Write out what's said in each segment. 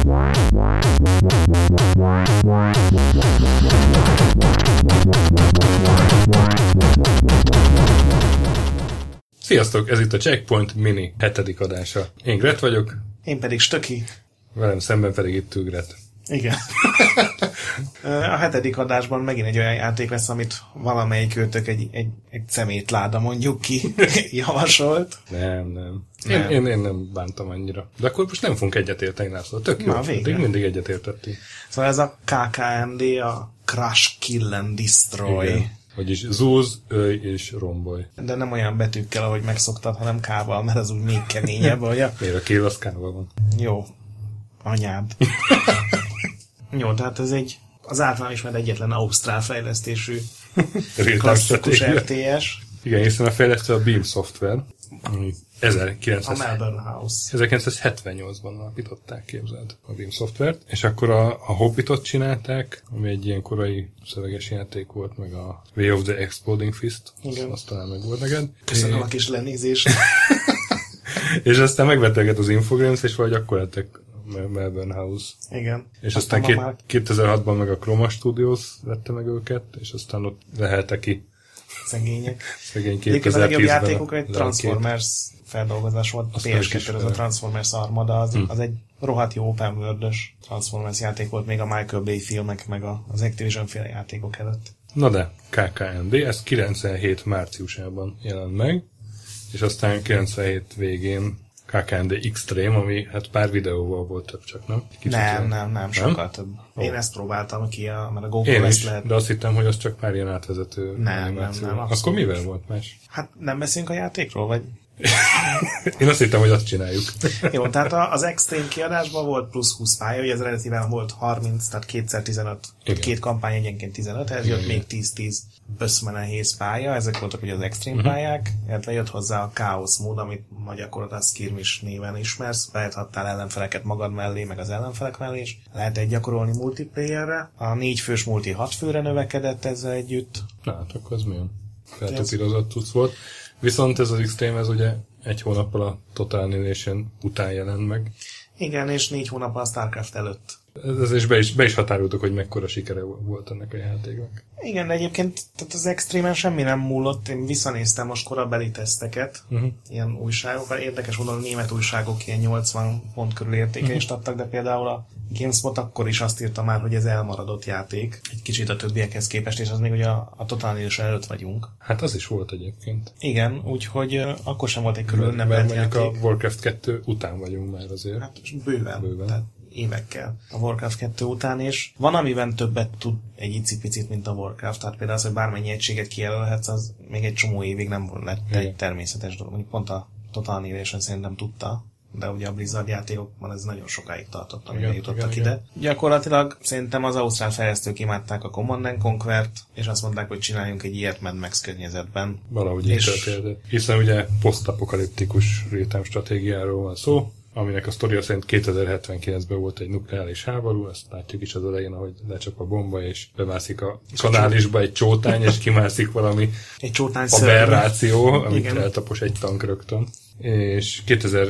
Sziasztok, ez itt a Checkpoint Mini 7. adása. Én Gret vagyok. Én pedig Stöki. Velem szemben pedig itt ül Gret. Igen. A 7. adásban megint egy olyan játék lesz, amit valamelyik őtök egy szemétláda, mondjuk ki, javasolt. Nem. Én nem bántam annyira. De akkor most nem fogunk egyetérteni, László. Tök jó. Végig mindig egyetértettünk. Szóval ez a KKND, a Crush, Kill and Destroy. Igen. Vagyis zúz, ölj és rombolj. De nem olyan betűkkel, ahogy megszoktad, hanem K-val, mert az úgy még keményebb, olyan. Miért a kill az K-val van? Jó. Anyád. Jó, tehát ez az általán ismert egyetlen ausztrál fejlesztésű klasszikus RTS. Igen, hiszen a fejlesztő a Beam Software, ami 1978-ban alapították, képzeld, a Beam Software-t, és akkor a Hobbitot csinálták, ami egy ilyen korai szöveges játék volt, meg a Way of the Exploding Fist, azt talán meg volt neked. Köszönöm a kis lenézést. És aztán megvettek az Infogrames, és vagy akkor lettek Melbourne House. Igen. És aztán 2006-ban meg a Chroma Studios vette meg őket, és aztán ott lehelte ki. Szegények. Szegény 2010-ben. A legjobb játékok egy Transformers feldolgozás volt. A PS2, az a Transformers Armada, az egy rohadt jó open world-ös Transformers játék volt még a Michael Bay filmek, meg az Activision féle játékok előtt. Na de, KKND, ez 97 márciusában jelent meg, és aztán 97 végén KKND Extreme, ami hát pár videóval volt több csak, nem? Nem, sokkal több. Én ezt próbáltam ki, mert a GoPro én ezt is, lehet. De azt hittem, hogy az csak pár ilyen átvezető animáció. Nem. Akkor mivel volt más? Hát nem beszélünk a játékról, vagy? Én azt hittem, hogy azt csináljuk. Jó, tehát az Extreme kiadásban volt plusz 20 pálya, ugye az eredetiben volt 30, tehát 2x15, két kampány egyenként 15, ez jött még 10-10 böszmenehész pálya, ezek voltak ugye az Extreme pályák, illetve jött hozzá a Chaos mód, amit gyakorlatilag Skirmish néven ismersz, behethattál ellenfeleket magad mellé, meg az ellenfelek mellé is, lehetett gyakorolni multiplayerre, a 4 fős multi 6 főre növekedett ezzel együtt. Na, hát akkor az milyen feltopírozott tudsz volt. Viszont ez az Extreme, ez ugye egy hónappal a Total Annihilation után jelent meg. Igen, és 4 hónappal a Starcraft előtt. Ez is be is határoltuk, hogy mekkora sikere volt ennek a játéknak. Igen, de egyébként tehát az Extreme-en semmi nem múlott. Én visszanéztem most korabeli teszteket, ilyen újságokat. Érdekes módon a német újságok ilyen 80 pont körül értékelést adtak, de például a GameSpot akkor is azt írta már, hogy ez elmaradott játék. Egy kicsit a többiekhez képest, és az még ugye a Total Annihilation előtt vagyunk. Hát az is volt egyébként. Igen, úgyhogy akkor sem volt egy körülnevelt játék. A Warcraft 2 után vagyunk már azért. Hát bőven. Tehát évekkel a Warcraft 2 után, és van, amiben többet tud egy icipicit, mint a Warcraft, tehát például az, hogy bármennyi egységet kijelölhetsz, az még egy csomó évig nem lett egy természetes dolog. Mondjuk pont a Total Annihilation szerintem tudta, de ugye a Blizzard játékokban ez nagyon sokáig tartott, amíg jutottak ide. Gyakorlatilag szerintem az ausztrál fejlesztők imádták a Command & Conquert, és azt mondták, hogy csináljunk egy ilyet Mad Max környezetben. Valahogy így történt. Hiszen ugye posztapokaliptikus real-time stratégiáról van szó, aminek a sztoria szerint 2079-ben volt egy nukleáris háború, ezt látjuk is az elején, ahogy lecsap a bomba, és bemászik a kanálisba egy csótány, és kimászik valami aberráció, amit eltapos egy tank rögtön. És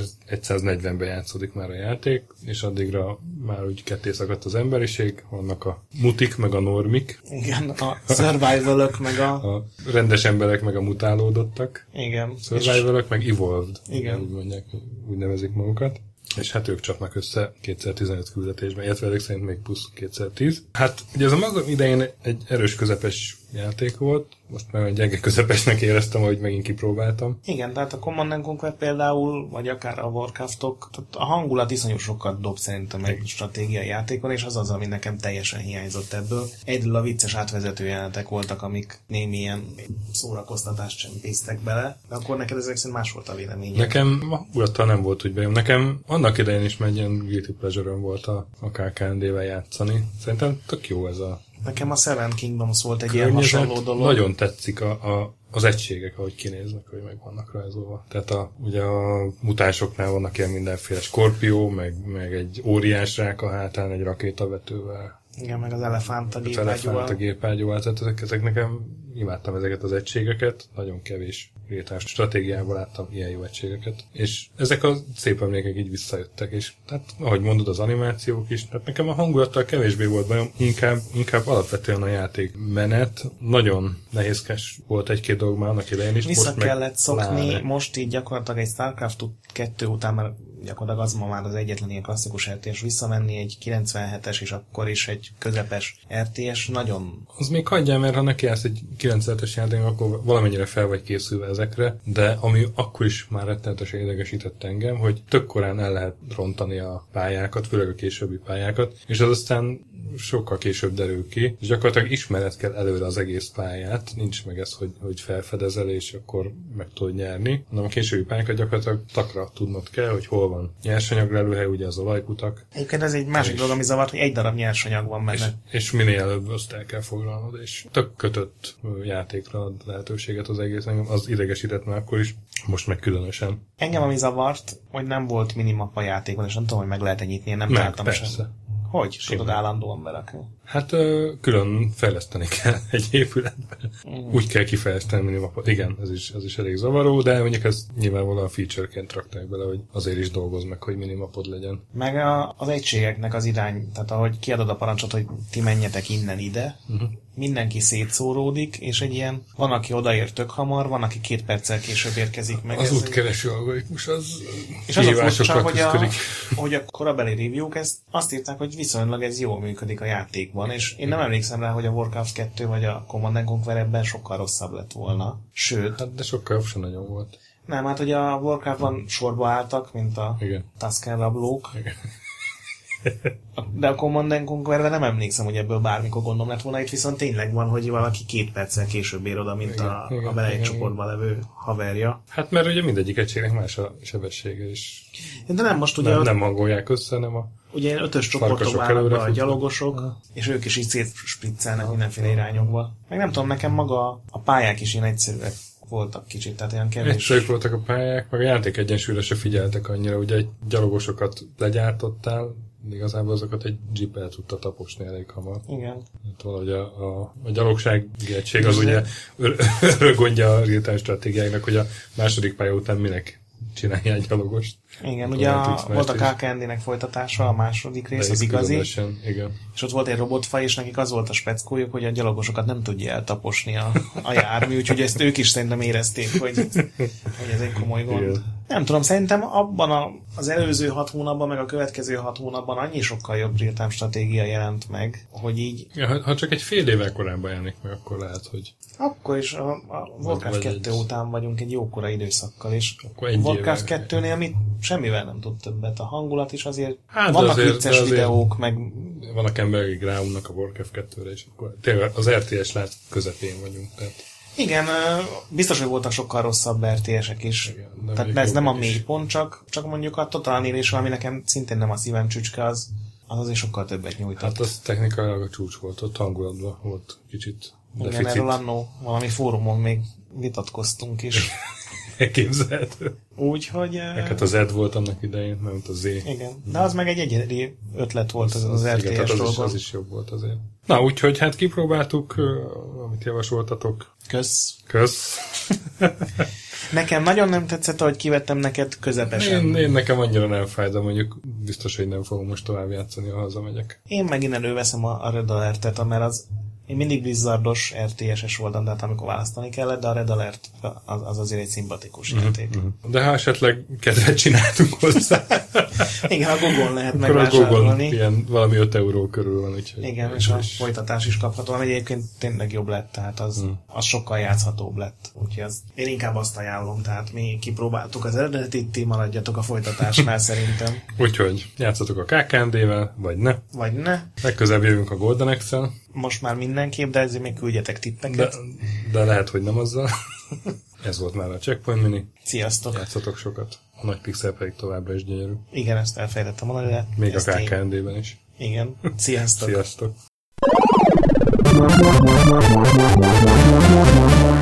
2140-ben játszódik már a játék, és addigra már úgy ketté szakadt az emberiség, vannak a mutik, meg a normik. Igen, a survivalok, meg a rendes emberek, meg a mutálódottak. Igen. Survivalok, meg evolved. Igen. Úgy mondják, úgy nevezik magukat. És hát ők csapnak össze 2015 küldetésben, illetve ezek szerint még plusz 2010. Hát ugye ez a maga idején egy erős közepes játék volt, most már gyenge közepesnek éreztem, ahogy megint kipróbáltam. Igen, tehát a Command & Conquer például, vagy akár a Warcraftok, tehát a hangulat iszonyú sokat dob szerintem egy stratégiai játékon, és az, ami nekem teljesen hiányzott ebből. Egyedül a vicces átvezető jelenetek voltak, amik némi ilyen szórakoztatást csempésztek bele, de akkor neked ezek szerint más volt a véleményed. Nekem hangulattal nem volt úgy bejön. Nekem annak idején is egy ilyen guilty pleasure-öm volt a KKND-vel játszani. Szerintem tök jó ez a Nekem a Seven Kingdoms volt egy ilyen hasonló dolog. Nagyon tetszik az egységek, ahogy kinéznek, hogy meg vannak rajzolva. Tehát ugye a mutánsoknál vannak ilyen mindenféle skorpió, meg egy óriás rák a hátán, egy rakétavetővel. Igen, meg az elefánt a gépágyúval. Tehát ezek nekem imádtam ezeket az egységeket, nagyon kevés real-time stratégiában láttam ilyen jó egységeket, és ezek a szép emlékek így visszajöttek, és hát ahogy mondod, az animációk is, tehát nekem a hangulattal kevésbé volt bajom, inkább alapvetően a játékmenet nagyon nehézkes volt egy-két dolog már annak idején is. Vissza kellett szokni, most így gyakorlatilag egy StarCraft 2 után már gyakorlatilag az ma már az egyetlen ilyen klasszikus RTS, visszamenni egy 97-es és akkor is egy közepes RTS, nagyon... Az még hagyjál, mert ha neki állsz egy 97-es játék, akkor valamennyire fel vagy készülve ezekre, de ami akkor is már rettenetesen idegesített engem, hogy tök korán el lehet rontani a pályákat, főleg a későbbi pályákat, és az aztán sokkal később derül ki, és gyakorlatilag ismered kell előre az egész pályát, nincs meg ez, hogy felfedezel, és akkor meg tudod nyerni, hanem a későbbi pályákat gyakorlatilag takra tudnod kell, hogy hol van nyersanyaglelőhely, ugye az olajkutak. Egyébként ez egy másik dolog, ami zavart, hogy egy darab nyersanyag van benne. És minél előbb azt el kell foglalnod, és tök kötött játékra ad lehetőséget az egész, az idegesített már akkor is, most meg különösen. Engem ami zavart, hogy nem volt minimap a játékban, és nem tudom, hogy meg lehet nyitni, én nem találtam persze. Hogy? Tudod állandóan berakni? Hát külön fejleszteni kell egy épületben. Úgy kell kifejleszteni minimapot. Igen, ez is elég zavaró, de mondjuk ez nyilvánvalóan featureként rakták bele, hogy azért is dolgoz meg, hogy minimapod legyen. Meg az egységeknek az irány, tehát ahogy kiadod a parancsot, hogy ti menjetek innen ide, mindenki szétszóródik, és egy ilyen, van, aki odaér tök hamar, van, aki 2 perccel később érkezik meg. Az útkereső algoritmus, az és az a furcsa, hogy a korabeli review-k azt írták, hogy viszonylag ez jól működik a játékban, és én nem emlékszem rá, hogy a Warcraft 2 vagy a Command & Conquer ebben sokkal rosszabb lett volna. Sőt. Hát de sokkal jobb sem nagyon volt. Nem, hát hogy a Warcraftban sorba álltak, mint a Tusken rablók. Igen. De a Command & Conquerben nem emlékszem, hogy ebből bármikor gondom lett volna, itt viszont tényleg van, hogy valaki 2 perccel később ér oda, mint a vele egy csoportban levő haverja. Hát mert ugye mindegyik egységnek más a sebessége is. De nem most ugye... Nem hangolják össze, hanem a... Ugye 5-ös csoportokban állnak be a gyalogosok, és ők is így szétspriccelnek mindenféle irányokba. Meg nem tudom, nekem maga a pályák is ilyen egyszerűek voltak kicsit, tehát olyan kevés. Egyszerűek voltak a pályák, meg a játék egyensúlyra se figyeltek annyira, ugye egy gyalogosokat legyártottál, igazából azokat egy jeep el tudta taposni elég hamar. Igen. Hát valahogy a gyalogsági egység az ugye örökgondja a real-time stratégiáknak, hogy a második pálya után minek csinálja egy gyalogost. Igen, ugye volt a KKND-nek folytatása, a második rész, az igazi. Igen. És ott volt egy robotfaj, és nekik az volt a speckójuk, hogy a gyalogosokat nem tudja eltaposni a jármű, úgyhogy ezt ők is szerintem érezték, hogy ez egy komoly gond. Igen. Nem tudom, szerintem abban az előző 6 hónapban, meg a következő 6 hónapban annyi sokkal jobb real-time stratégia jelent meg, hogy így... Ja, ha csak egy fél évvel korábban jelenik meg, akkor lehet, hogy... Akkor is a Warcraft 2 után vagyunk egy jókora időszakkal, és a Warcraft 2-nél semmivel nem tud többet. A hangulat is azért... Hát vannak vicces videók, meg... Vannak emberek, akik ráunnak a Warcraft 2-re, és akkor tényleg az RTS lát közepén vagyunk, tehát... Igen, biztos, hogy voltak sokkal rosszabb RTS-ek is. Igen, tehát ez nem a mély pont, csak mondjuk a Total Annihilation, ami nekem szintén nem a szívem csücske, az azért sokkal többet nyújtott. Hát az technikailag a csúcs volt, ott hangulatban volt kicsit deficit. Igen, erről annó valami fórumon még vitatkoztunk is. Elképzelhető. Úgyhogy... Hát az Ed volt annak idején, mert a Z. Igen, de az meg egy egyedi ötlet volt az RTS dolgon. Az is jobb volt azért. Na, úgyhogy hát kipróbáltuk, amit javasoltatok. Kösz. Nekem nagyon nem tetszett, ahogy kivettem neked közepesen. Én nekem annyira nem fáj, de mondjuk biztos, hogy nem fogom most tovább játszani, ha hazamegyek. Én megint előveszem a Red Alert-et, mert én mindig Blizzardos RTS-es voltam, de hát amikor választani kellett, de a Red Alert az azért egy szimpatikus játék. De ha esetleg kedvet csináltunk hozzá. Igen, a Google lehet megvásárolni. Ilyen valami 5 euró körül van. Úgyhogy igen, és a folytatás is kapható, ami egyébként tényleg jobb lett, tehát az sokkal játszhatóbb lett. Úgyhogy én inkább azt ajánlom, tehát mi kipróbáltuk az eredetit, ti maradjatok a folytatásnál szerintem. Úgyhogy játszatok a KKND-vel, vagy ne. Legközelebb jövünk a Golden Axe-el. Most már mindenképp, de ezért még küldjetek tippeket. De lehet, hogy nem azzal. Ez volt már a Checkpoint Mini. Sziasztok! Játszatok sokat. A nagy pixel pedig továbbra is gyönyörű. Igen, ezt elfejtettem mondani, de... Még a KKND-ben is. Igen. Sziasztok! Sziasztok!